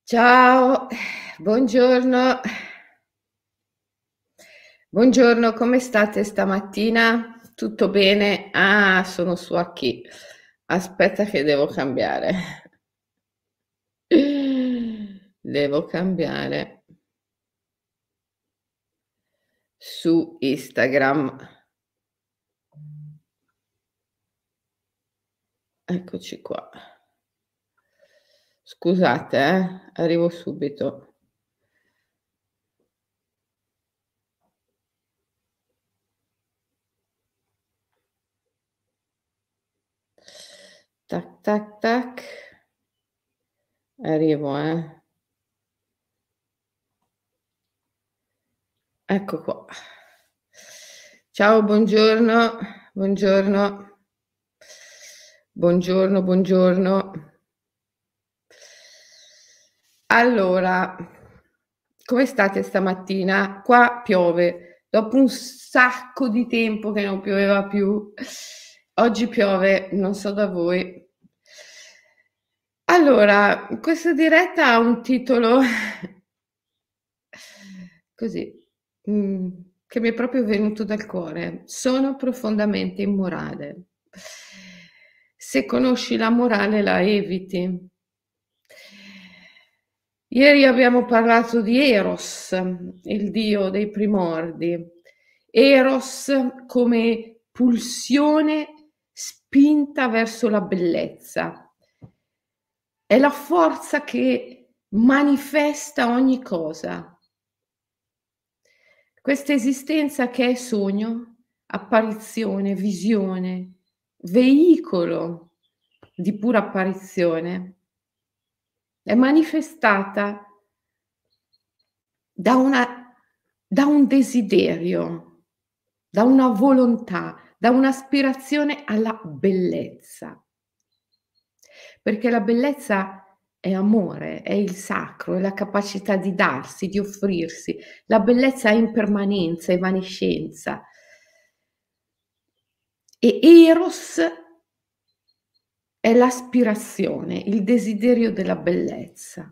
Ciao, buongiorno. Buongiorno, come state stamattina? Tutto bene? Ah, sono su a chi? Aspetta che devo cambiare. Devo cambiare su Instagram. Eccoci qua. Scusate, arrivo subito. Tac, tac, tac. Arrivo, eh. Ecco qua. Ciao, buongiorno, buongiorno. Buongiorno, buongiorno. Allora, come state stamattina? Qua piove, dopo un sacco di tempo che non pioveva più. Oggi piove, non so da voi. Allora, questa diretta ha un titolo così, che mi è proprio venuto dal cuore. Sono profondamente immorale. Se conosci la morale la eviti. Ieri abbiamo parlato di Eros, il dio dei primordi. Eros come pulsione spinta verso la bellezza. È la forza che manifesta ogni cosa. Questa esistenza che è sogno, apparizione, visione, veicolo di pura apparizione, è manifestata da una da un desiderio, da una volontà, da un'aspirazione alla bellezza. Perché la bellezza è amore, è il sacro, è la capacità di darsi, di offrirsi. La bellezza è impermanenza, evanescenza. E Eros è l'aspirazione, il desiderio della bellezza.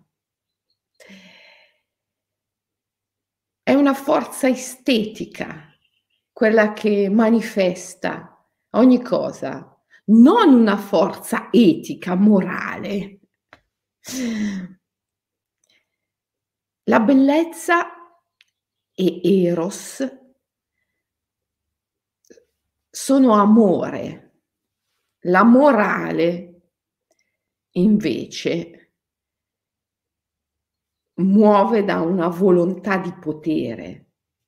È una forza estetica, quella che manifesta ogni cosa, non una forza etica, morale. La bellezza e Eros sono amore. La morale invece muove da una volontà di potere.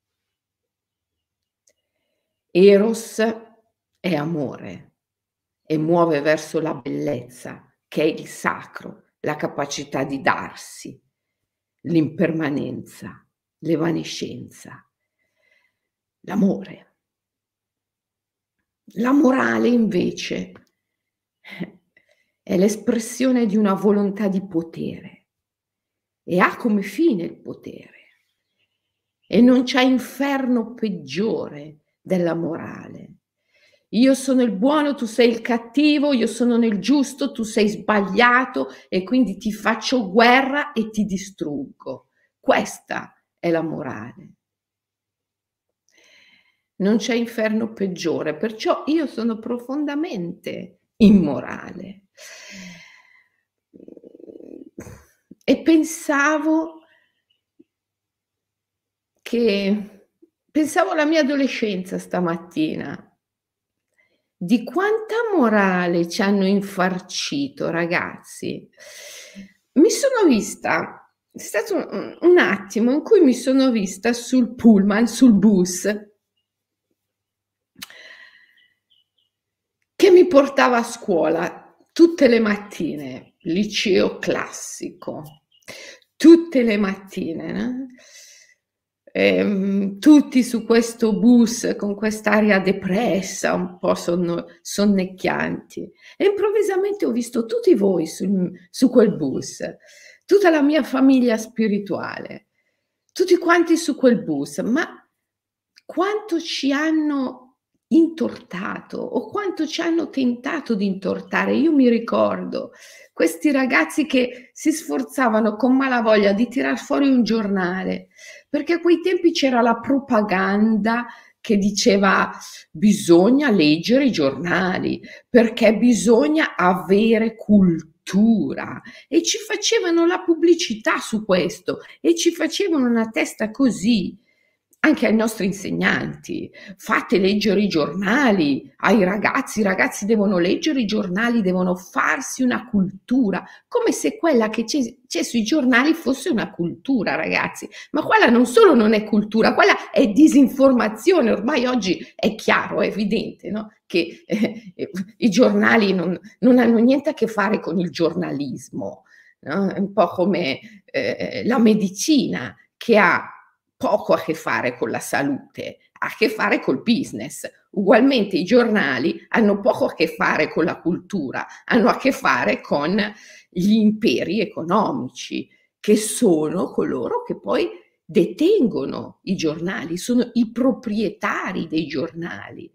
Eros è amore e muove verso la bellezza, che è il sacro, la capacità di darsi, l'impermanenza, l'evanescenza, l'amore. La morale invece è l'espressione di una volontà di potere e ha come fine il potere. E non c'è inferno peggiore della morale. Io sono il buono, tu sei il cattivo, io sono nel giusto, tu sei sbagliato e quindi ti faccio guerra e ti distruggo. Questa è la morale. Non c'è inferno peggiore, perciò io sono profondamente immorale. E pensavo alla mia adolescenza stamattina, di quanta morale ci hanno infarcito, ragazzi. Mi sono vista, è stato un attimo in cui mi sono vista sul pullman, sul bus, che mi portava a scuola tutte le mattine, liceo classico, tutte le mattine, no? Tutti su questo bus con quest'aria depressa, un po' sonnecchianti. E improvvisamente ho visto tutti voi su quel bus, tutta la mia famiglia spirituale, tutti quanti su quel bus, ma quanto ci hanno intortato o quanto ci hanno tentato di intortare. Io mi ricordo questi ragazzi che si sforzavano con malavoglia di tirar fuori un giornale, perché a quei tempi c'era la propaganda che diceva: "Bisogna leggere i giornali, perché bisogna avere cultura", e ci facevano la pubblicità su questo e ci facevano una testa così. Anche ai nostri insegnanti: "Fate leggere i giornali ai ragazzi, i ragazzi devono leggere i giornali, devono farsi una cultura", come se quella che c'è sui giornali fosse una cultura, ragazzi. Ma quella non solo non è cultura, quella è disinformazione. Ormai oggi è chiaro, è evidente, no, che i giornali non hanno niente a che fare con il giornalismo, no, è un po' come, la medicina, che ha poco a che fare con la salute, ha a che fare col business. Ugualmente i giornali hanno poco a che fare con la cultura, hanno a che fare con gli imperi economici, che sono coloro che poi detengono i giornali, sono i proprietari dei giornali.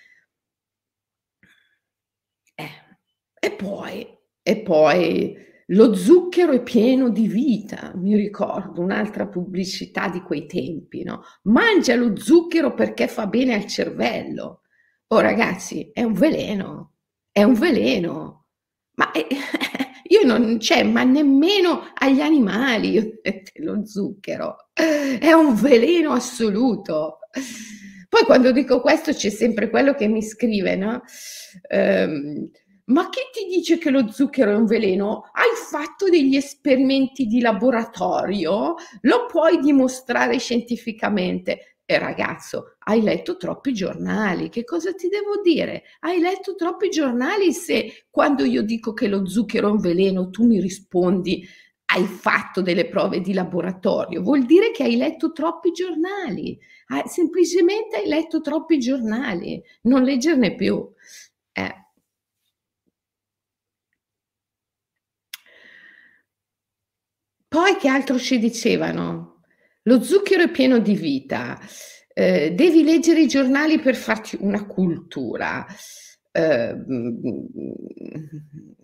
E poi e poi lo zucchero è pieno di vita, mi ricordo un'altra pubblicità di quei tempi, no: "Mangia lo zucchero perché fa bene al cervello". Oh ragazzi, è un veleno, è un veleno. Ma, io non cioè, ma nemmeno agli animali io lo zucchero. È un veleno assoluto. Poi quando dico questo c'è sempre quello che mi scrive, no, "Ma chi ti dice che lo zucchero è un veleno? Hai fatto degli esperimenti di laboratorio? Lo puoi dimostrare scientificamente?" Ragazzo, hai letto troppi giornali, che cosa ti devo dire? Hai letto troppi giornali se quando io dico che lo zucchero è un veleno tu mi rispondi: "Hai fatto delle prove di laboratorio." Vuol dire che hai letto troppi giornali. Semplicemente hai letto troppi giornali, non leggerne più. Eh. Poi che altro ci dicevano? Lo zucchero è pieno di vita, devi leggere i giornali per farti una cultura. Mhmm,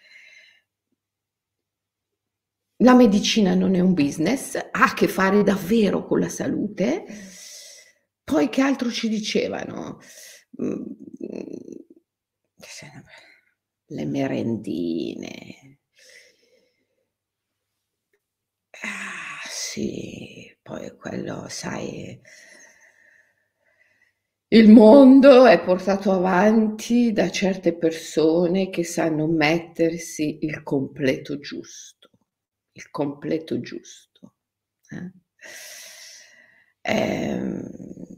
la medicina non è un business, ha a che fare davvero con la salute. Poi che altro ci dicevano? Mhmm, le merendine. Sì, poi quello sai, il mondo è portato avanti da certe persone che sanno mettersi il completo giusto, eh. Ehm,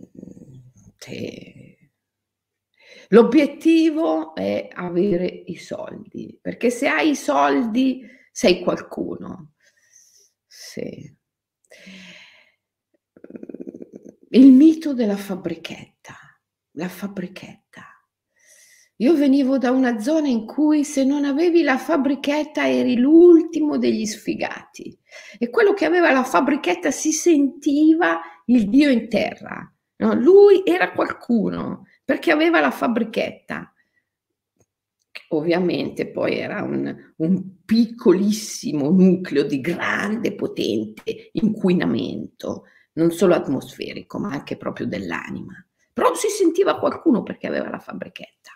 sì. L'obiettivo è avere i soldi, perché se hai i soldi sei qualcuno. Sì. Il mito della fabbrichetta, la fabbrichetta. Io venivo da una zona in cui se non avevi la fabbrichetta eri l'ultimo degli sfigati e quello che aveva la fabbrichetta si sentiva il dio in terra, no, lui era qualcuno perché aveva la fabbrichetta. Ovviamente poi era un piccolissimo nucleo di grande, potente inquinamento, non solo atmosferico, ma anche proprio dell'anima. Però si sentiva qualcuno perché aveva la fabbrichetta.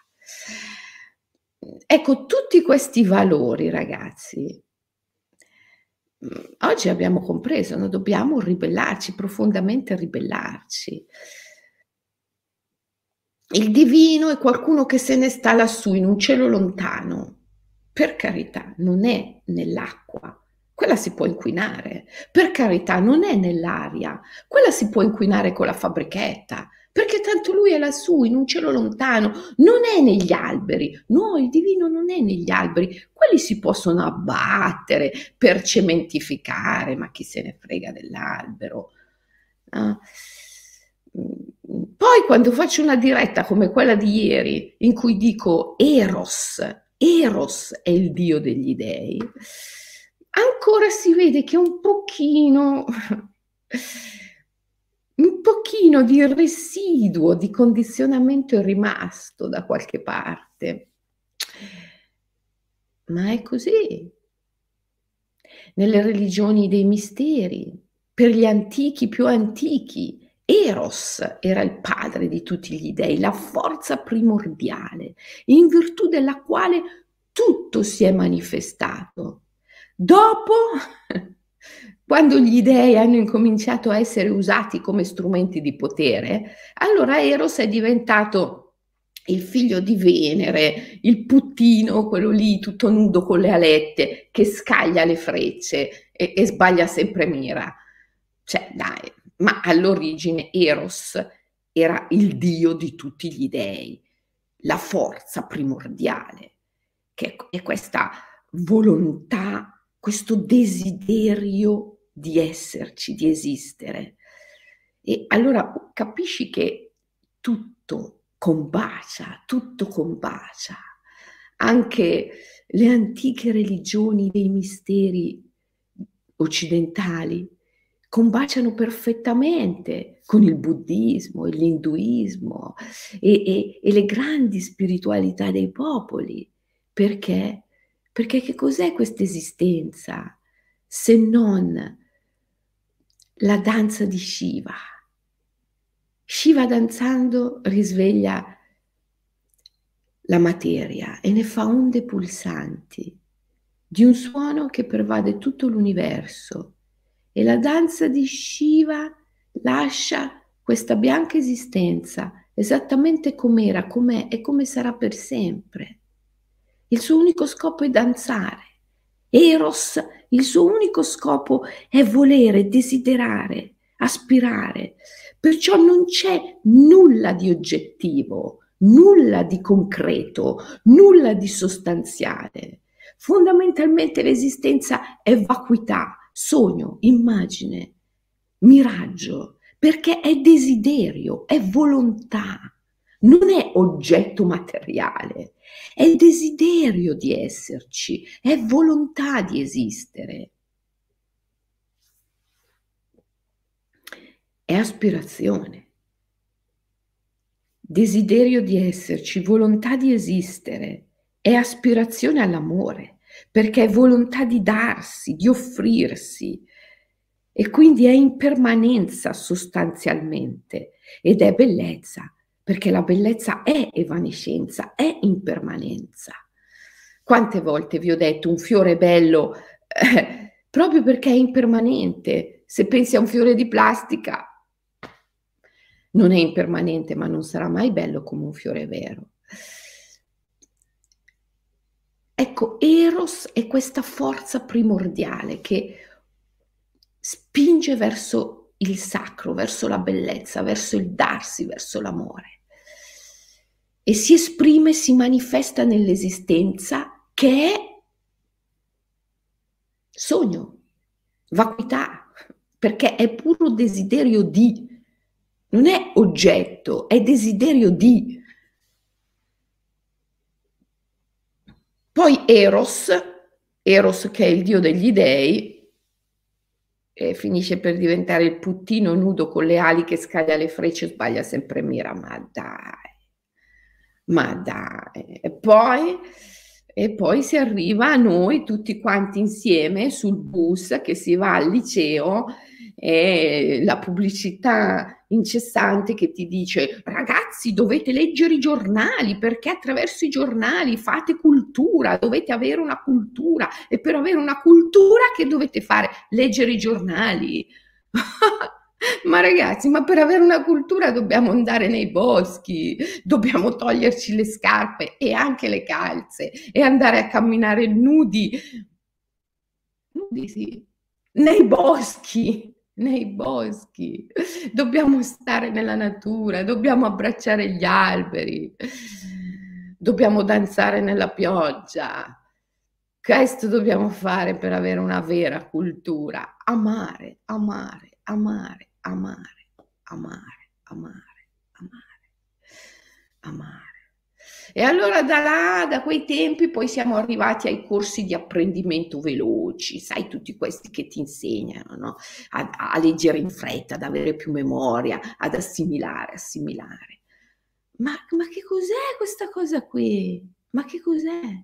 Ecco, tutti questi valori ragazzi, oggi abbiamo compreso, no, dobbiamo ribellarci, profondamente ribellarci. Il divino è qualcuno che se ne sta lassù in un cielo lontano. Per carità, non è nell'acqua, quella si può inquinare. Per carità, non è nell'aria, quella si può inquinare con la fabbrichetta, perché tanto lui è lassù in un cielo lontano, non è negli alberi. No, il divino non è negli alberi, quelli si possono abbattere per cementificare, ma chi se ne frega dell'albero. Ah. Poi quando faccio una diretta come quella di ieri, in cui dico Eros è il dio degli dei, ancora si vede che un pochino un pochino di residuo di condizionamento è rimasto da qualche parte. Ma è così. Nelle religioni dei misteri, per gli antichi più antichi, Eros era il padre di tutti gli dei, la forza primordiale, in virtù della quale tutto si è manifestato. Dopo, quando gli dei hanno incominciato a essere usati come strumenti di potere, allora Eros è diventato il figlio di Venere, il puttino, quello lì tutto nudo con le alette, che scaglia le frecce e sbaglia sempre mira. Cioè, dai, ma all'origine Eros era il dio di tutti gli dei, la forza primordiale, che è questa volontà, questo desiderio di esserci, di esistere. E allora capisci che tutto combacia. Anche le antiche religioni dei misteri occidentali combaciano perfettamente con il buddismo e l'induismo e le grandi spiritualità dei popoli. Perché? Perché che cos'è questa esistenza se non la danza di Shiva? Shiva danzando risveglia la materia e ne fa onde pulsanti di un suono che pervade tutto l'universo, e la danza di Shiva lascia questa bianca esistenza esattamente com'era, com'è e come sarà per sempre. Il suo unico scopo è danzare. Eros, il suo unico scopo è volere, desiderare, aspirare. Perciò non c'è nulla di oggettivo, nulla di concreto, nulla di sostanziale. Fondamentalmente l'esistenza è vacuità, sogno, immagine, miraggio, perché è desiderio, è volontà, non è oggetto materiale, è desiderio di esserci, è volontà di esistere, è aspirazione, desiderio di esserci, volontà di esistere, è aspirazione all'amore, perché è volontà di darsi, di offrirsi, e quindi è impermanenza sostanzialmente, ed è bellezza, perché la bellezza è evanescenza, è impermanenza. Quante volte vi ho detto un fiore bello proprio perché è impermanente. Se pensi a un fiore di plastica, non è impermanente, ma non sarà mai bello come un fiore vero. Ecco, Eros è questa forza primordiale che spinge verso il sacro, verso la bellezza, verso il darsi, verso l'amore. E si esprime, si manifesta nell'esistenza che è sogno, vacuità, perché è puro desiderio di, non è oggetto, è desiderio di. Poi Eros che è il dio degli dei, finisce per diventare il puttino nudo con le ali che scaglia le frecce, sbaglia sempre mira, ma dai. E poi si arriva a noi tutti quanti insieme sul bus che si va al liceo, e la pubblicità incessante che ti dice: ragazzi, dovete leggere i giornali, perché attraverso i giornali fate cultura, dovete avere una cultura, e per avere una cultura che dovete fare? Leggere i giornali. Ma ragazzi, ma per avere una cultura dobbiamo andare nei boschi, dobbiamo toglierci le scarpe e anche le calze e andare a camminare nudi, nudi sì, nei boschi, dobbiamo stare nella natura, dobbiamo abbracciare gli alberi, dobbiamo danzare nella pioggia. Questo dobbiamo fare per avere una vera cultura: amare, amare, amare, amare, amare, amare, amare, amare. E allora da là, da quei tempi, poi siamo arrivati ai corsi di apprendimento veloci, sai, tutti questi che ti insegnano, no? A leggere in fretta, ad avere più memoria, ad assimilare, assimilare. Ma che cos'è questa cosa qui? Ma che cos'è?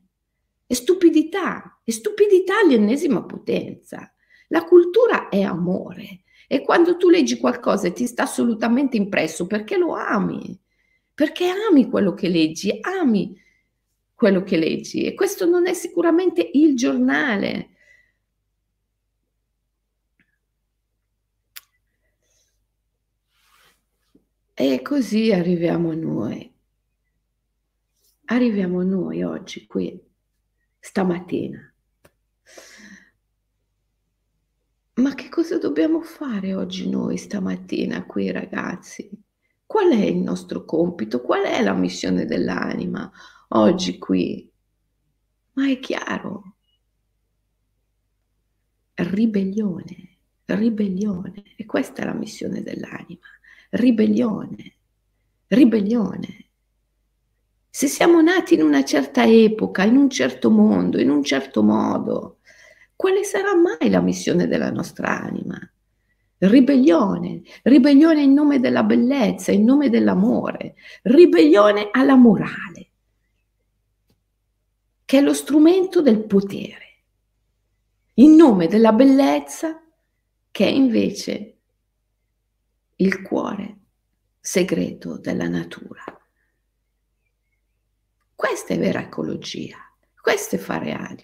È stupidità all'ennesima potenza. La cultura è amore e quando tu leggi qualcosa e ti sta assolutamente impresso perché lo ami, perché ami quello che leggi, ami quello che leggi e questo non è sicuramente il giornale. E così arriviamo noi oggi qui, stamattina. Ma che cosa dobbiamo fare oggi noi stamattina qui ragazzi? Qual è il nostro compito? Qual è la missione dell'anima oggi qui? Ma è chiaro, ribellione, ribellione. E questa è la missione dell'anima, ribellione, ribellione. Se siamo nati in una certa epoca, in un certo mondo, in un certo modo, quale sarà mai la missione della nostra anima? Ribellione, ribellione in nome della bellezza, in nome dell'amore, ribellione alla morale, che è lo strumento del potere, in nome della bellezza, che è invece il cuore segreto della natura. Questa è vera ecologia, questo è fare anima.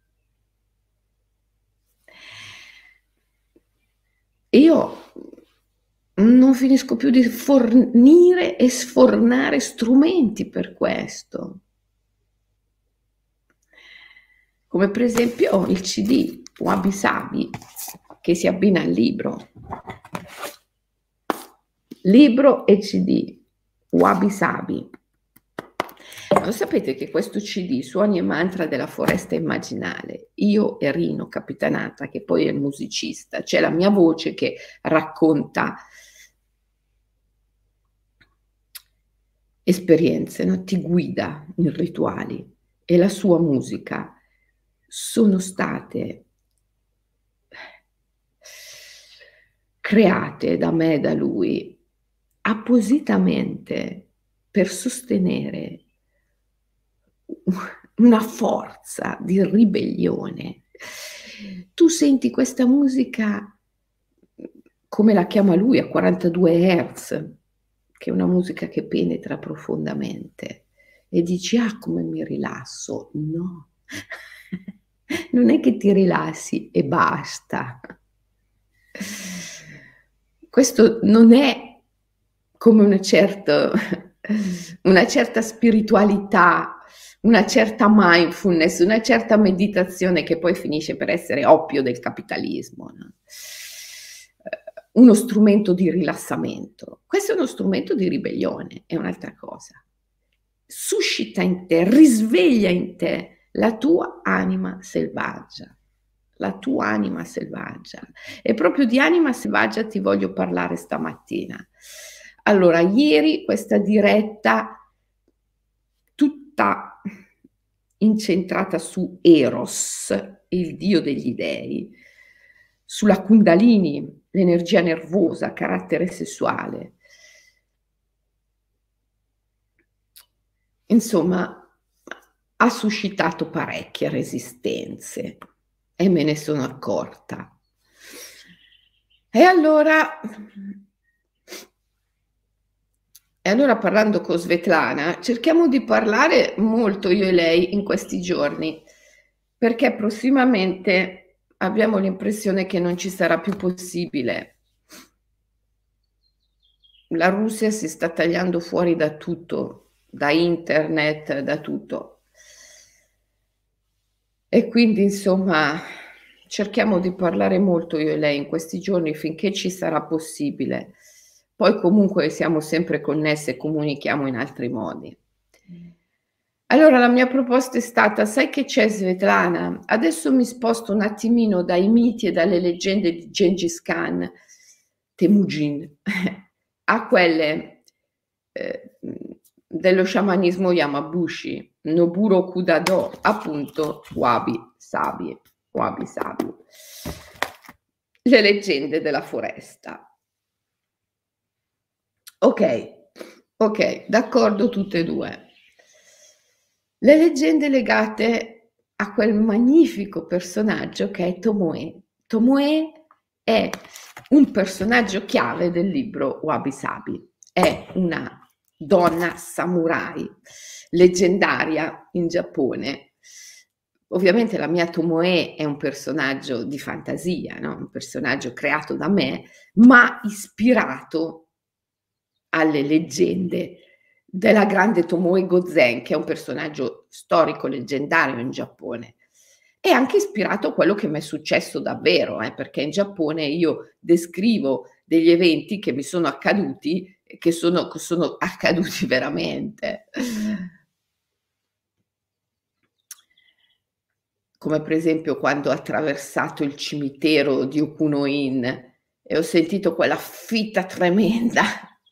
Io non finisco più di fornire e sfornare strumenti per questo. Come per esempio il CD Wabi Sabi che si abbina al libro. Libro e CD Wabi Sabi. Lo sapete che questo CD, Suoni e Mantra della Foresta Immaginale, io e Rino Capitanata, che poi è il musicista, c'è la mia voce che racconta esperienze, no? Ti guida in rituali e la sua musica sono state create da me e da lui appositamente per sostenere una forza di ribellione. Tu senti questa musica, come la chiama lui, a 42 Hz, che è una musica che penetra profondamente, e dici, ah, come mi rilasso. No, non è che ti rilassi e basta. Questo non è come una certa spiritualità, una certa mindfulness, una certa meditazione che poi finisce per essere oppio del capitalismo, no? Uno strumento di rilassamento. Questo è uno strumento di ribellione, è un'altra cosa. Suscita in te, risveglia in te la tua anima selvaggia. La tua anima selvaggia. E proprio di anima selvaggia ti voglio parlare stamattina. Allora, ieri questa diretta tutta incentrata su Eros, il dio degli dei, sulla Kundalini, l'energia nervosa, carattere sessuale. Insomma, ha suscitato parecchie resistenze e me ne sono accorta. E allora parlando con Svetlana, cerchiamo di parlare molto io e lei in questi giorni, perché prossimamente abbiamo l'impressione che non ci sarà più possibile. La Russia si sta tagliando fuori da tutto, da internet, da tutto. E quindi, insomma, cerchiamo di parlare molto io e lei in questi giorni finché ci sarà possibile. Poi comunque siamo sempre connesse e comunichiamo in altri modi. Allora la mia proposta è stata, sai che c'è Svetlana? Adesso mi sposto un attimino dai miti e dalle leggende di Gengis Khan, Temujin, a quelle dello sciamanismo Yamabushi, Noburo Kudado, appunto Wabi Sabi, Wabi Sabi. Le leggende della foresta. Ok, d'accordo tutte e due. Le leggende legate a quel magnifico personaggio che è Tomoe. Tomoe è un personaggio chiave del libro Wabi Sabi. È una donna samurai leggendaria in Giappone. Ovviamente la mia Tomoe è un personaggio di fantasia, no? Un personaggio creato da me, ma ispirato alle leggende della grande Tomoe Gozen, che è un personaggio storico leggendario in Giappone. È anche ispirato a quello che mi è successo davvero, perché in Giappone io descrivo degli eventi che mi sono accaduti, che sono accaduti veramente. Come per esempio quando ho attraversato il cimitero di Okuno-in e ho sentito quella fitta tremenda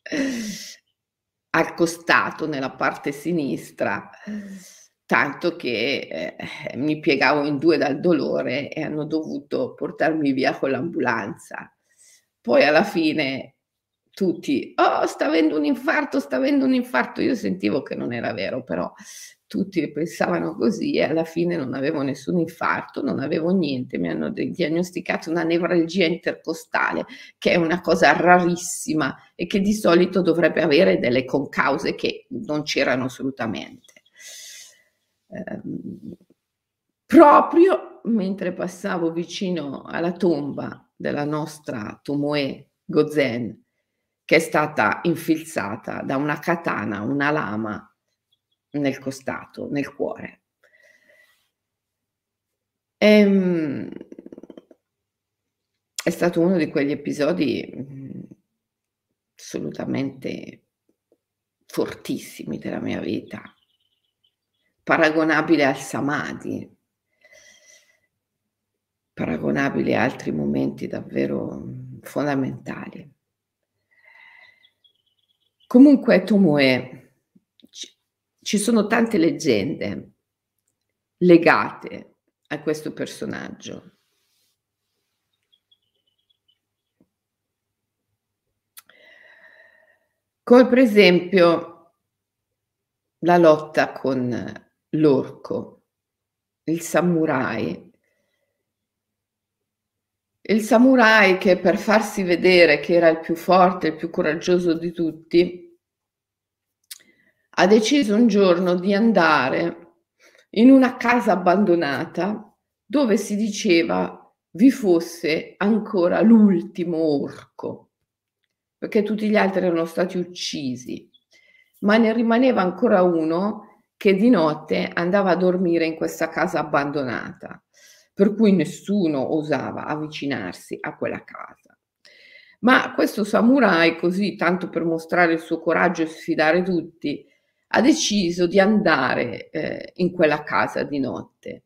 al costato, nella parte sinistra, tanto che mi piegavo in due dal dolore e hanno dovuto portarmi via con l'ambulanza. Poi alla fine tutti: "Oh, sta avendo un infarto, sta avendo un infarto." Io sentivo che non era vero, però tutti pensavano così e alla fine non avevo nessun infarto, non avevo niente. Mi hanno diagnosticato una nevralgia intercostale, che è una cosa rarissima e che di solito dovrebbe avere delle concause che non c'erano assolutamente. Proprio mentre passavo vicino alla tomba della nostra Tomoe Gozen, che è stata infilzata da una katana, una lama, nel costato, nel cuore. È stato uno di quegli episodi assolutamente fortissimi della mia vita, paragonabile al samadhi, paragonabile a altri momenti davvero fondamentali. Comunque Tomoe, ci sono tante leggende legate a questo personaggio. Come per esempio la lotta con l'orco, il samurai. Il samurai che per farsi vedere che era il più forte, il più coraggioso di tutti, ha deciso un giorno di andare in una casa abbandonata dove si diceva vi fosse ancora l'ultimo orco, perché tutti gli altri erano stati uccisi, ma ne rimaneva ancora uno che di notte andava a dormire in questa casa abbandonata, per cui nessuno osava avvicinarsi a quella casa. Ma questo samurai, così tanto per mostrare il suo coraggio e sfidare tutti, ha deciso di andare in quella casa di notte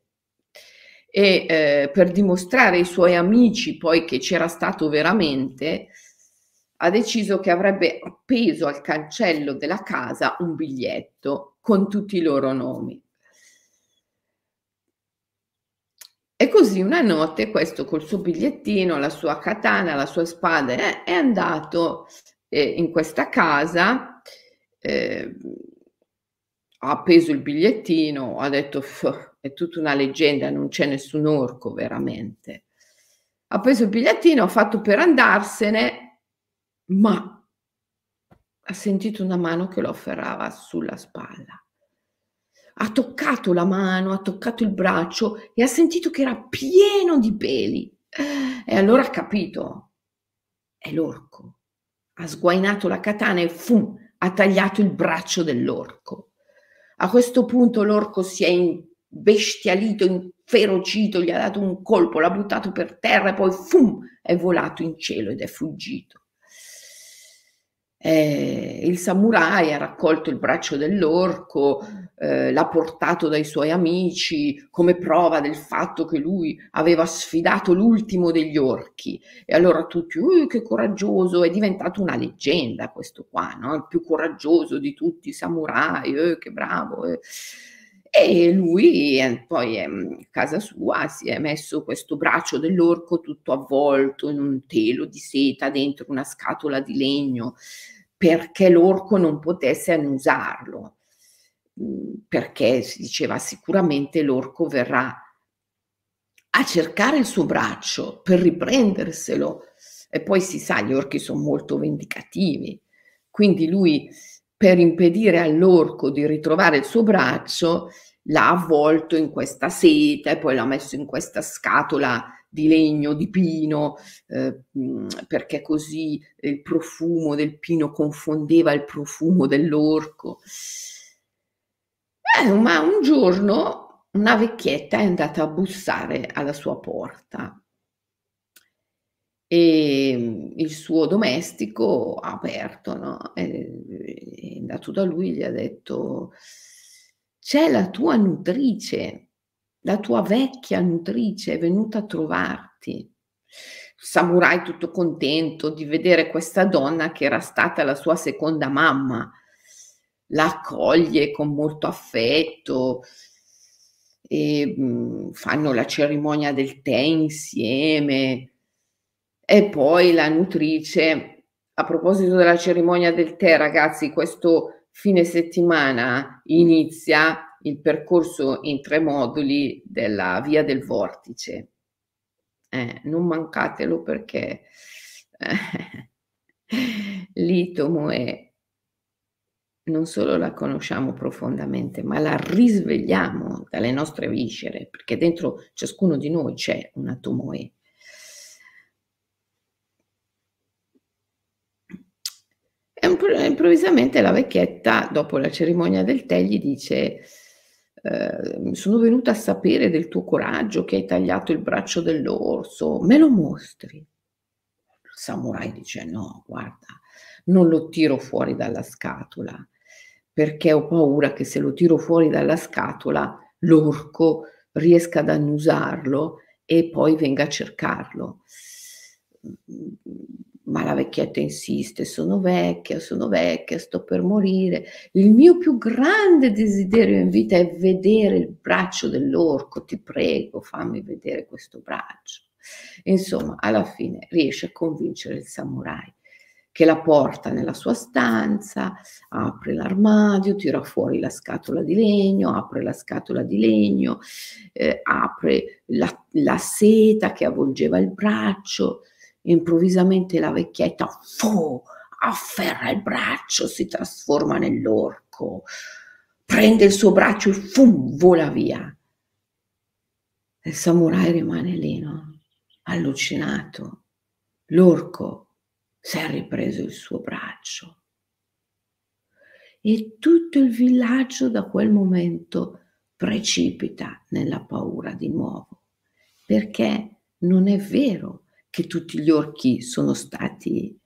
e per dimostrare ai suoi amici poi che c'era stato veramente, ha deciso che avrebbe appeso al cancello della casa un biglietto con tutti i loro nomi. E così una notte questo col suo bigliettino, la sua katana, la sua spada, è andato in questa casa, ha appeso il bigliettino, ha detto: "È tutta una leggenda, non c'è nessun orco veramente." Ha preso il bigliettino, ha fatto per andarsene, ma ha sentito una mano che lo afferrava sulla spalla. Ha toccato la mano, ha toccato il braccio e ha sentito che era pieno di peli. E allora ha capito, è l'orco. Ha sguainato la katana e ha tagliato il braccio dell'orco. A questo punto l'orco si è imbestialito, inferocito, gli ha dato un colpo, l'ha buttato per terra e poi è volato in cielo ed è fuggito. Il samurai ha raccolto il braccio dell'orco, l'ha portato dai suoi amici come prova del fatto che lui aveva sfidato l'ultimo degli orchi. E allora tutti: che coraggioso!" È diventato una leggenda questo qua, no, il più coraggioso di tutti i samurai, che bravo, eh. E lui, poi, a casa sua si è messo questo braccio dell'orco tutto avvolto in un telo di seta dentro una scatola di legno, perché l'orco non potesse annusarlo. Perché si diceva: "Sicuramente l'orco verrà a cercare il suo braccio per riprenderselo". E poi si sa, gli orchi son molto vendicativi. Quindi lui, per impedire all'orco di ritrovare il suo braccio, l'ha avvolto in questa seta e poi l'ha messo in questa scatola di legno di pino, perché così il profumo del pino confondeva il profumo dell'orco. Ma un giorno una vecchietta è andata a bussare alla sua porta. Il suo domestico ha aperto, no, è andato da lui e gli ha detto: "C'è la tua nutrice, la tua vecchia nutrice è venuta a trovarti". Il samurai tutto contento di vedere questa donna che era stata la sua seconda mamma, la accoglie con molto affetto, fanno la cerimonia del tè insieme. E poi la nutrice, a proposito della cerimonia del tè, ragazzi, questo fine settimana inizia il percorso in 3 moduli della Via del Vortice. Non mancatelo perché lì Tomoe non solo la conosciamo profondamente, ma la risvegliamo dalle nostre viscere, perché dentro ciascuno di noi c'è una Tomoe. E improvvisamente la vecchietta, dopo la cerimonia del tè, gli dice: "Sono venuta a sapere del tuo coraggio, che hai tagliato il braccio dell'orso, me lo mostri?" Il samurai dice: "No, guarda, non lo tiro fuori dalla scatola, perché ho paura che se lo tiro fuori dalla scatola l'orco riesca ad annusarlo e poi venga a cercarlo". Mhmm, ma la vecchietta insiste: sono vecchia, sto per morire. Il mio più grande desiderio in vita è vedere il braccio dell'orco. Ti prego, fammi vedere questo braccio". Insomma, alla fine riesce a convincere il samurai, che la porta nella sua stanza, apre l'armadio, tira fuori la scatola di legno, apre la scatola di legno, apre la seta che avvolgeva il braccio. Improvvisamente la vecchietta, afferra il braccio, si trasforma nell'orco, prende il suo braccio e vola via. E il samurai rimane lì, no, allucinato. L'orco s'è ripreso il suo braccio e tutto il villaggio da quel momento precipita nella paura di nuovo, perché non è vero che tutti gli orchi sono stati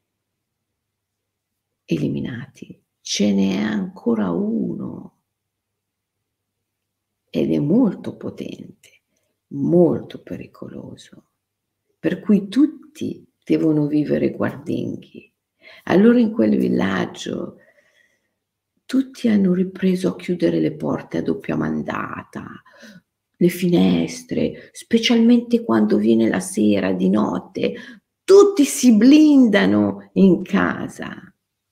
eliminati, ce n'è ancora uno ed è molto potente, molto pericoloso, per cui tutti devono vivere guardinghi. Allora in quel villaggio tutti hanno ripreso a chiudere le porte a doppia mandata, le finestre, specialmente quando viene la sera, di notte, tutti si blindano in casa.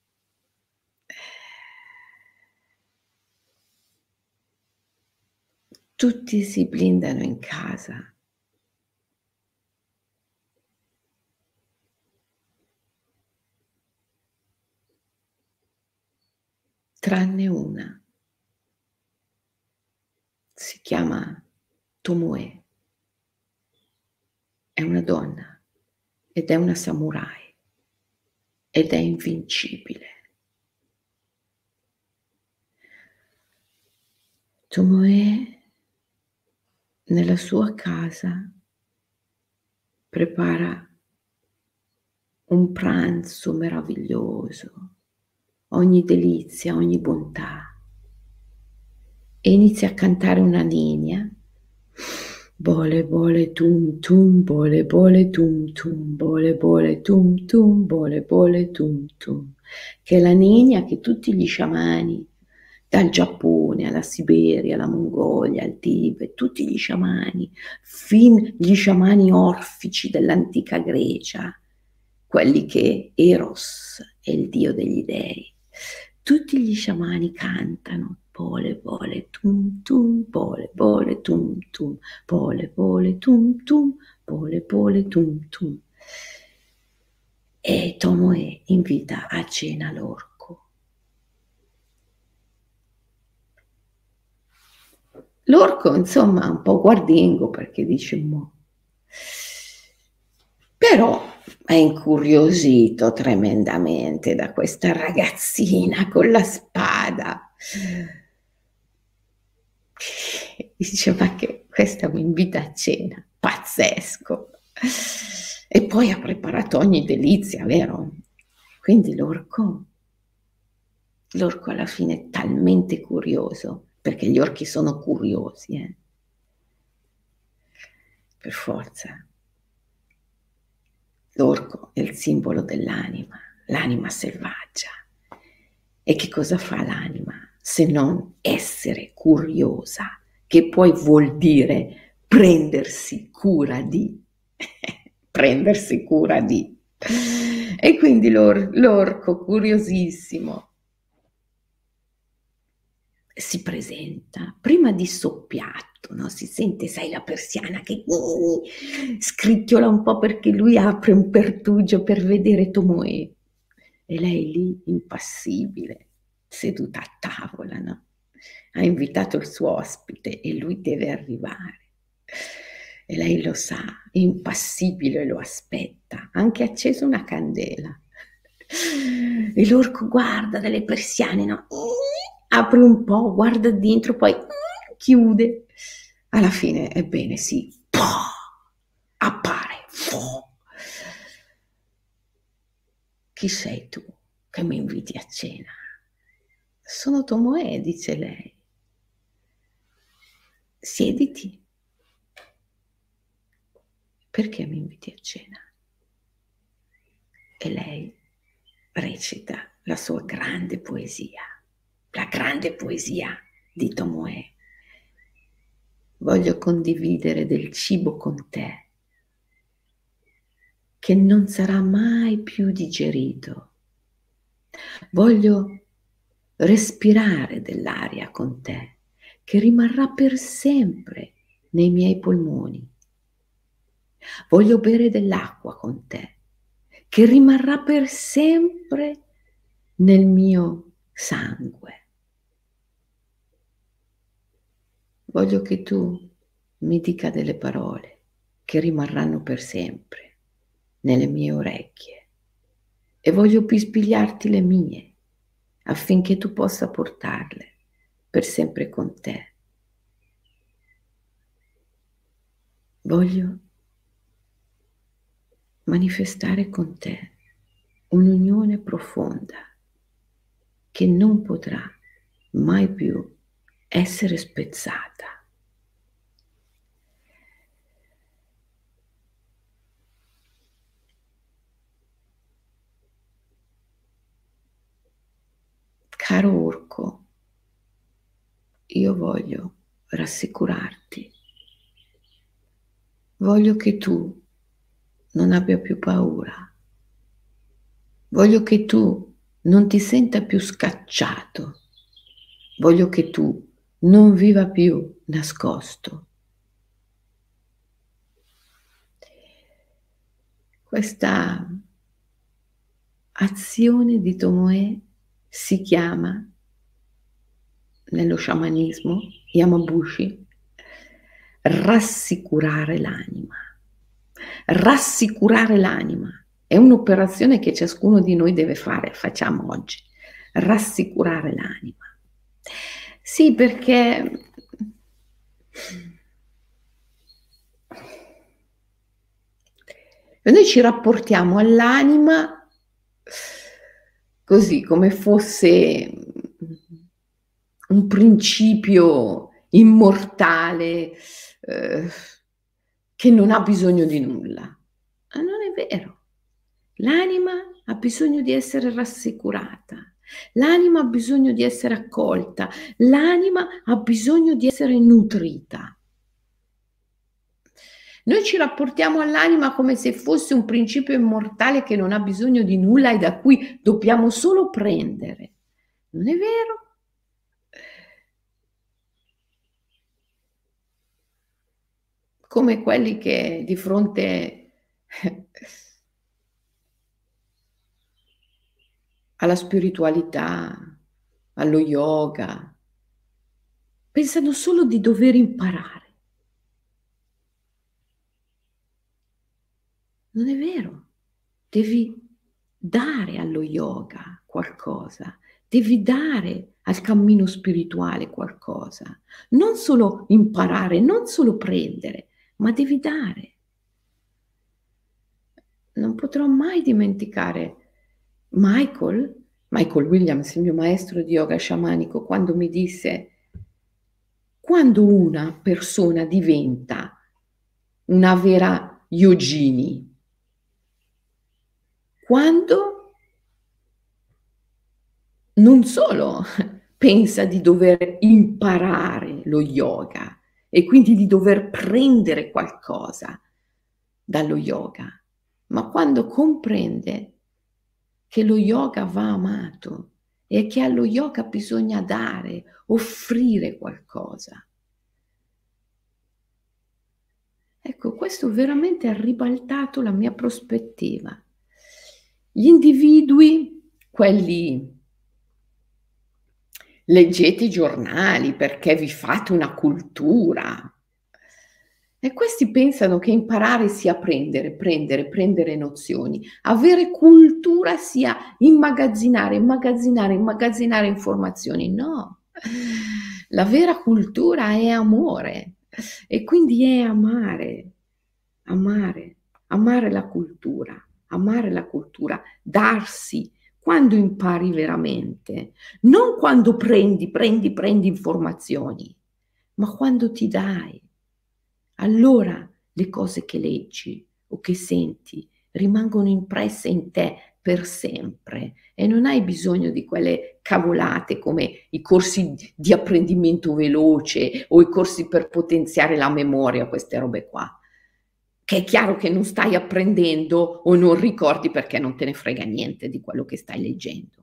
Tutti si blindano in casa, tranne una. Si chiama Tomoe, è una donna ed è una samurai ed è invincibile. Tomoe nella sua casa prepara un pranzo meraviglioso, ogni delizia, ogni bontà. E inizia a cantare una linea. Bole bole tum tum, bole bole tum tum, bole bole tum tum, bole bole tum tum, che è la linea che tutti gli sciamani, dal Giappone alla Siberia, alla Mongolia, al Tibet, tutti gli sciamani, fin gli sciamani orfici dell'antica Grecia, quelli che Eros è il dio degli dei, tutti gli sciamani cantano bole bole tum tum, bole bole tum tum, bole bole tum tum, bole bole tum tum. E Tomoe invita a cena l'orco. L'orco, insomma, un po' guardingo perché dice mo. Però è incuriosito tremendamente da questa ragazzina con la spada. Dice, ma che questa mi invita a cena, pazzesco. E poi ha preparato ogni delizia, vero? Quindi l'orco alla fine è talmente curioso, perché gli orchi sono curiosi, per forza. L'orco è il simbolo dell'anima, l'anima selvaggia. E che cosa fa l'anima se non essere curiosa, che poi vuol dire prendersi cura di, prendersi cura di. E quindi l'orco curiosissimo si presenta prima di soppiatto, no? Si sente, sai, la persiana che scricchiola un po' perché lui apre un pertugio per vedere Tomoe e lei lì impassibile, seduta a tavola, no? Ha invitato il suo ospite e lui deve arrivare. E lei lo sa, impassibile lo aspetta, ha anche acceso una candela. E l'orco guarda dalle persiane, no? Apre un po', guarda dentro, poi chiude. Alla fine, ebbene sì, appare. Chi sei tu che mi inviti a cena? Sono Tomoe, dice lei. Siediti. Perché mi inviti a cena? E lei recita la sua grande poesia, la grande poesia di Tomoe. Voglio condividere del cibo con te, che non sarà mai più digerito. Voglio respirare dell'aria con te, che rimarrà per sempre nei miei polmoni. Voglio bere dell'acqua con te, che rimarrà per sempre nel mio sangue. Voglio che tu mi dica delle parole che rimarranno per sempre nelle mie orecchie e voglio pispigliarti le mie affinché tu possa portarle per sempre con te. Voglio manifestare con te un'unione profonda che non potrà mai più essere spezzata. Caro orco, io voglio rassicurarti. Voglio che tu non abbia più paura. Voglio che tu non ti senta più scacciato. Voglio che tu non viva più nascosto. Questa azione di Tomoe si chiama, nello sciamanismo, Yamabushi, rassicurare l'anima. Rassicurare l'anima è un'operazione che ciascuno di noi deve fare, facciamo oggi. Rassicurare l'anima. Sì, perché noi ci rapportiamo all'anima così come fosse un principio immortale, uhm, che non ha bisogno di nulla. Ma non è vero. L'anima ha bisogno di essere rassicurata, l'anima ha bisogno di essere accolta, l'anima ha bisogno di essere nutrita. Noi ci rapportiamo all'anima come se fosse un principio immortale che non ha bisogno di nulla e da cui dobbiamo solo prendere. Non è vero. Come quelli che di fronte alla spiritualità, allo yoga, pensano solo di dover imparare. Non è vero. Devi dare allo yoga qualcosa, devi dare al cammino spirituale qualcosa. Non solo imparare, non solo prendere, ma devi dare. Non potrò mai dimenticare Michael Williams, il mio maestro di yoga sciamanico, quando mi disse: "Quando una persona diventa una vera yogini, quando non solo pensa di dover imparare lo yoga e quindi di dover prendere qualcosa dallo yoga, ma quando comprende che lo yoga va amato e che allo yoga bisogna dare, offrire qualcosa. Ecco, questo veramente ha ribaltato la mia prospettiva. Gli individui, quelli leggete i giornali perché vi fate una cultura. E questi pensano che imparare sia prendere, prendere, prendere nozioni. Avere cultura sia immagazzinare, immagazzinare, immagazzinare informazioni. No, la vera cultura è amore e quindi è amare, amare, amare la cultura, darsi quando impari veramente, non quando prendi, prendi, prendi informazioni, ma quando ti dai. Allora le cose che leggi o che senti rimangono impresse in te per sempre e non hai bisogno di quelle cavolate come i corsi di apprendimento veloce o i corsi per potenziare la memoria, queste robe qua, che è chiaro che non stai apprendendo o non ricordi perché non te ne frega niente di quello che stai leggendo.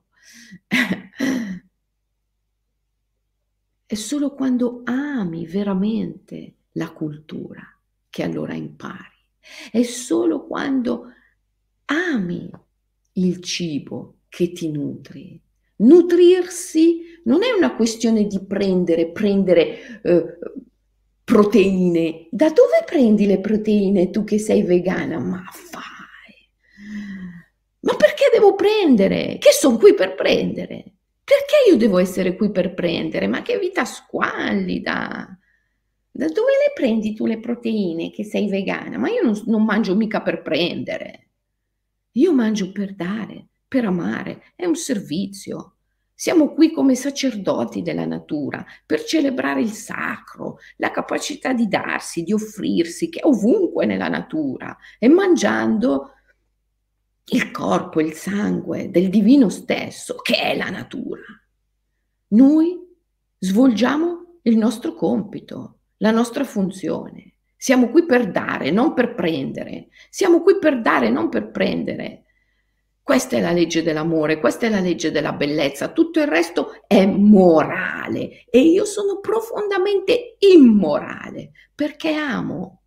È solo quando ami veramente la cultura che allora impari. È solo quando ami il cibo che ti nutri. Nutrirsi non è una questione di prendere, proteine. Da dove prendi le proteine tu che sei vegana? Ma fai! Ma perché devo prendere? Che son qui per prendere. Perché io devo essere qui per prendere? Ma che vita squallida! Da dove le prendi tu le proteine che sei vegana? Ma io non mangio mica per prendere. Io mangio per dare, per amare, è un servizio. Siamo qui come sacerdoti della natura per celebrare il sacro, la capacità di darsi, di offrirsi, che è ovunque nella natura, e mangiando il corpo, il sangue del divino stesso, che è la natura. Noi svolgiamo il nostro compito, la nostra funzione. Siamo qui per dare, non per prendere. Siamo qui per dare, non per prendere. Questa è la legge dell'amore, questa è la legge della bellezza, tutto il resto è morale e io sono profondamente immorale perché amo.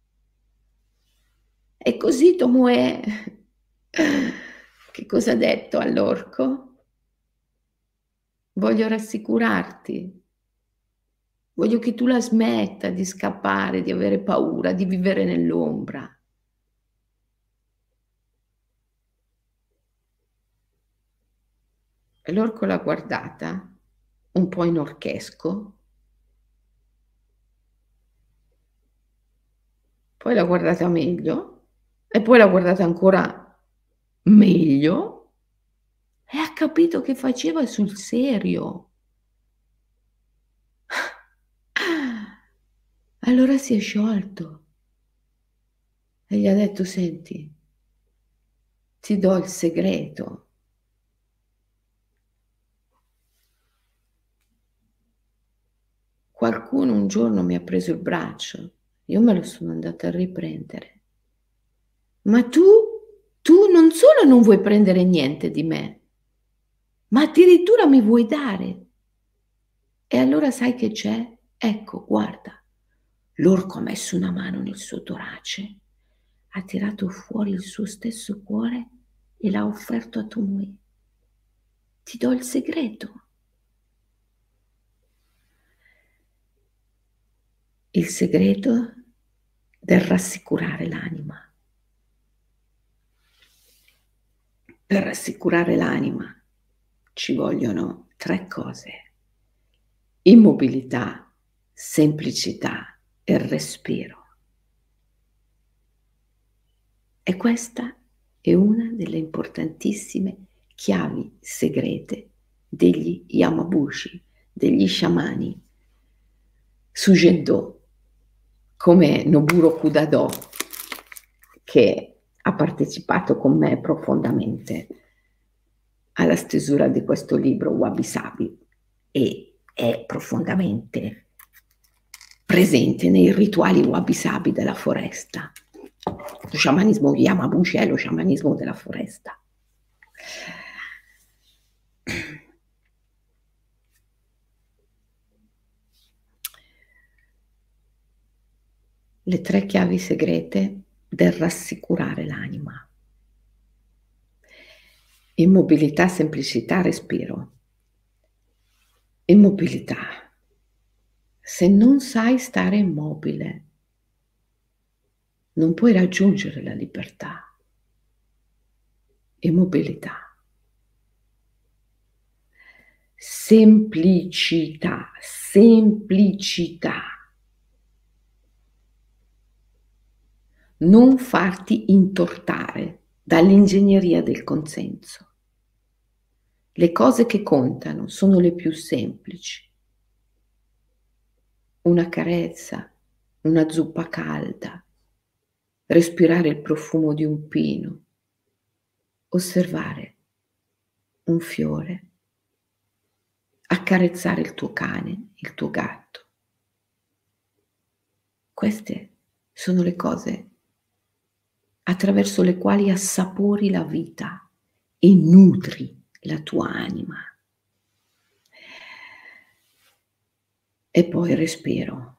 E così Tomoe che cosa ha detto all'orco? Voglio rassicurarti. Voglio che tu la smetta di scappare, di avere paura, di vivere nell'ombra. E l'orco l'ha guardata, un po' inorchesco, poi l'ha guardata meglio e poi l'ha guardata ancora meglio e ha capito che faceva sul serio. Allora si è sciolto e gli ha detto: "Senti, ti do il segreto". Qualcuno un giorno mi ha preso il braccio, io me lo sono andata a riprendere. Ma tu non solo non vuoi prendere niente di me, ma addirittura mi vuoi dare. E allora sai che c'è? Ecco, guarda. L'orco ha messo una mano nel suo torace, ha tirato fuori il suo stesso cuore e l'ha offerto a Tomoe. Ti do il segreto. Il segreto del rassicurare l'anima. Per rassicurare l'anima ci vogliono 3 cose: immobilità, semplicità e respiro. E questa è una delle importantissime chiavi segrete degli Yamabushi, degli sciamani Sugendo, come Noburo Kudado, che ha partecipato con me profondamente alla stesura di questo libro Wabi Sabi e è profondamente presente nei rituali Wabi Sabi della foresta. Lo sciamanismo Yamabushi è lo sciamanismo della foresta. Le 3 chiavi segrete del rassicurare l'anima. Immobilità, semplicità, respiro. Immobilità. Se non sai stare immobile, non puoi raggiungere la libertà. Immobilità. Semplicità, semplicità. Non farti intortare dall'ingegneria del consenso. Le cose che contano sono le più semplici. Una carezza, una zuppa calda, respirare il profumo di un pino, osservare un fiore, accarezzare il tuo cane, il tuo gatto. Queste sono le cose attraverso le quali assapori la vita e nutri la tua anima. E poi respiro.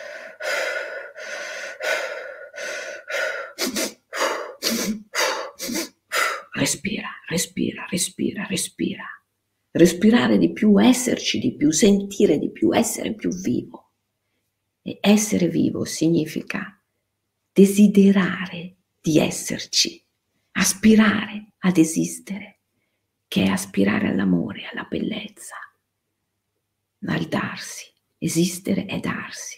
Respira, respira, respira, respira. Respirare di più, esserci di più, sentire di più, essere più vivo. E essere vivo significa desiderare di esserci, aspirare ad esistere, che è aspirare all'amore, alla bellezza, al darsi. Esistere è darsi.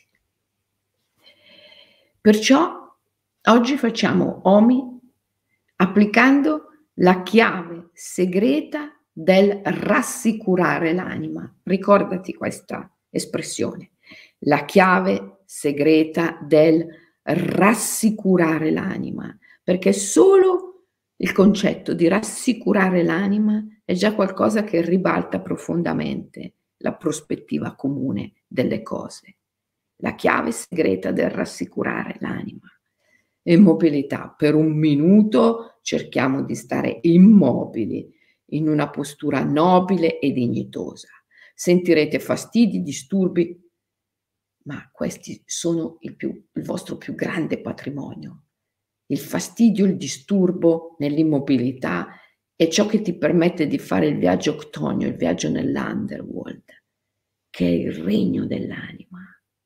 Perciò oggi facciamo Omi applicando la chiave segreta del rassicurare l'anima. Ricordati questa espressione, la chiave segreta del rassicurare l'anima, perché solo il concetto di rassicurare l'anima è già qualcosa che ribalta profondamente la prospettiva comune delle cose. La chiave segreta del rassicurare l'anima. Immobilità. Per un minuto cerchiamo di stare immobili, in una postura nobile e dignitosa. Sentirete fastidi, disturbi, ma questi sono il vostro più grande patrimonio. Il fastidio, il disturbo nell'immobilità è ciò che ti permette di fare il viaggio octonio, il viaggio nell'underworld, che è il regno dell'anima.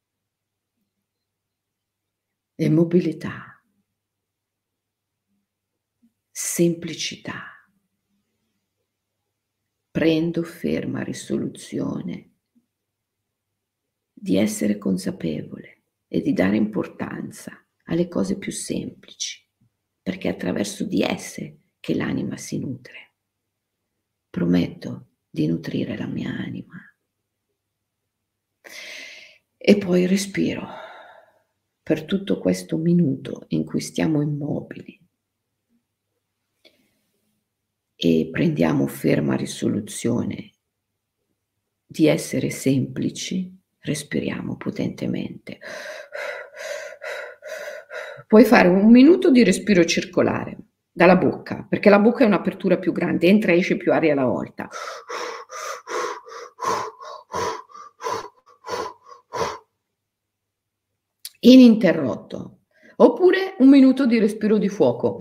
Immobilità, semplicità. Prendo ferma risoluzione di essere consapevole e di dare importanza alle cose più semplici, perché è attraverso di esse che l'anima si nutre. prometto di nutrire la mia anima. E poi respiro per tutto questo minuto in cui stiamo immobili e prendiamo ferma risoluzione di essere semplici, respiriamo potentemente. Puoi fare 1 minuto di respiro circolare dalla bocca, perché la bocca è un'apertura più grande, entra e esce più aria alla volta. Ininterrotto. Oppure 1 minuto di respiro di fuoco.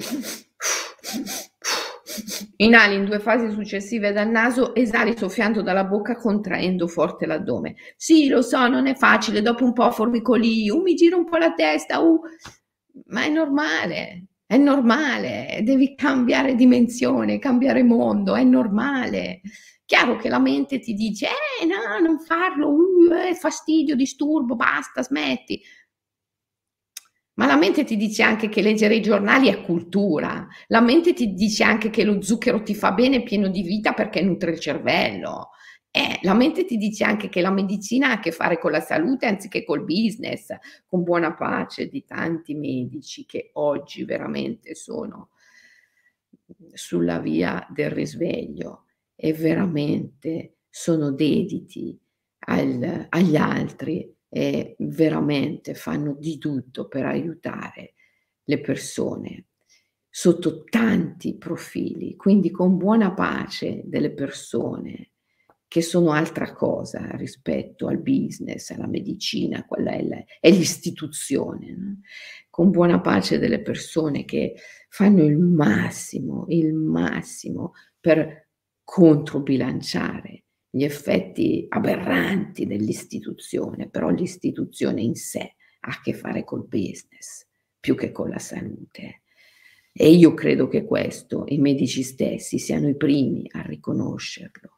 Inali in 2 fasi successive dal naso, esali soffiando dalla bocca, contraendo forte l'addome. Sì, lo so, non è facile, dopo un po' formicolii, mi gira un po' la testa, ma è normale, devi cambiare dimensione, cambiare mondo, è normale. Chiaro che la mente ti dice: no, non farlo, fastidio, disturbo, basta, smetti". Ma la mente ti dice anche che leggere i giornali è cultura. La mente ti dice anche che lo zucchero ti fa bene, è pieno di vita perché nutre il cervello. La mente ti dice anche che la medicina ha a che fare con la salute anziché col business, con buona pace di tanti medici che oggi veramente sono sulla via del risveglio e veramente sono dediti agli altri e veramente fanno di tutto per aiutare le persone sotto tanti profili, quindi con buona pace delle persone che sono altra cosa rispetto al business, alla medicina, quella è l'istituzione, no, con buona pace delle persone che fanno il massimo per controbilanciare gli effetti aberranti dell'istituzione, però l'istituzione in sé ha a che fare col business più che con la salute. E io credo che questo i medici stessi siano i primi a riconoscerlo.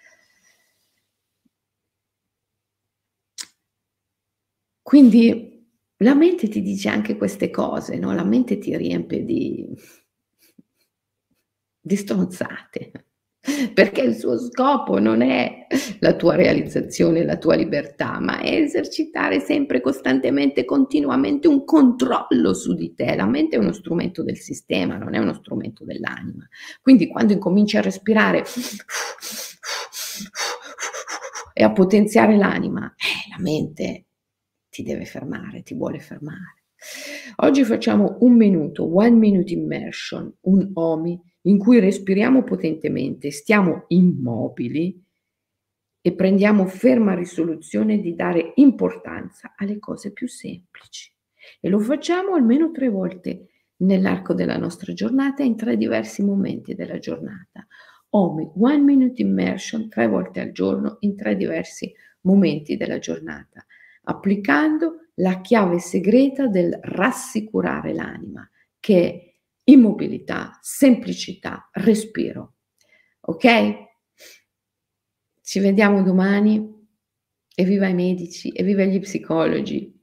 Quindi la mente ti dice anche queste cose, no, la mente ti riempie di stronzate, perché il suo scopo non è la tua realizzazione, la tua libertà, ma è esercitare sempre, costantemente, continuamente un controllo su di te. La mente è uno strumento del sistema, non è uno strumento dell'anima. Quindi quando incominci a respirare e a potenziare l'anima, la mente ti deve fermare, ti vuole fermare. Oggi facciamo 1 minuto, 1 minute immersion, un OMI, in cui respiriamo potentemente, stiamo immobili e prendiamo ferma risoluzione di dare importanza alle cose più semplici. E lo facciamo almeno 3 volte nell'arco della nostra giornata, in 3 diversi momenti della giornata. OMI, 1 minute immersion, 3 volte al giorno in 3 diversi momenti della giornata, applicando la chiave segreta del rassicurare l'anima, che è immobilità, semplicità, respiro. Ok? Ci vediamo domani. Evviva i medici, evviva gli psicologi,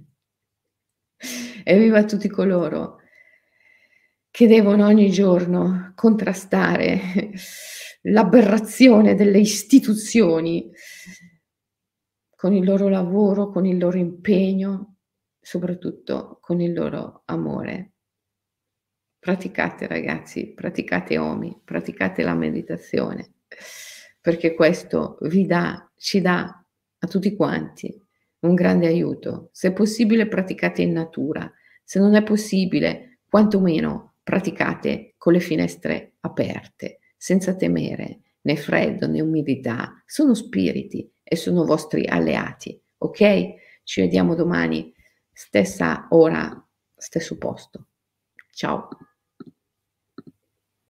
evviva tutti coloro che devono ogni giorno contrastare l'aberrazione delle istituzioni con il loro lavoro, con il loro impegno, soprattutto con il loro amore. Praticate ragazzi, praticate OMI, praticate la meditazione, perché questo ci dà a tutti quanti un grande aiuto. Se possibile praticate in natura, se non è possibile, quantomeno praticate con le finestre aperte, senza temere né freddo né umidità. Sono spiriti e sono vostri alleati, ok? Ci vediamo domani, stessa ora, stesso posto. Ciao.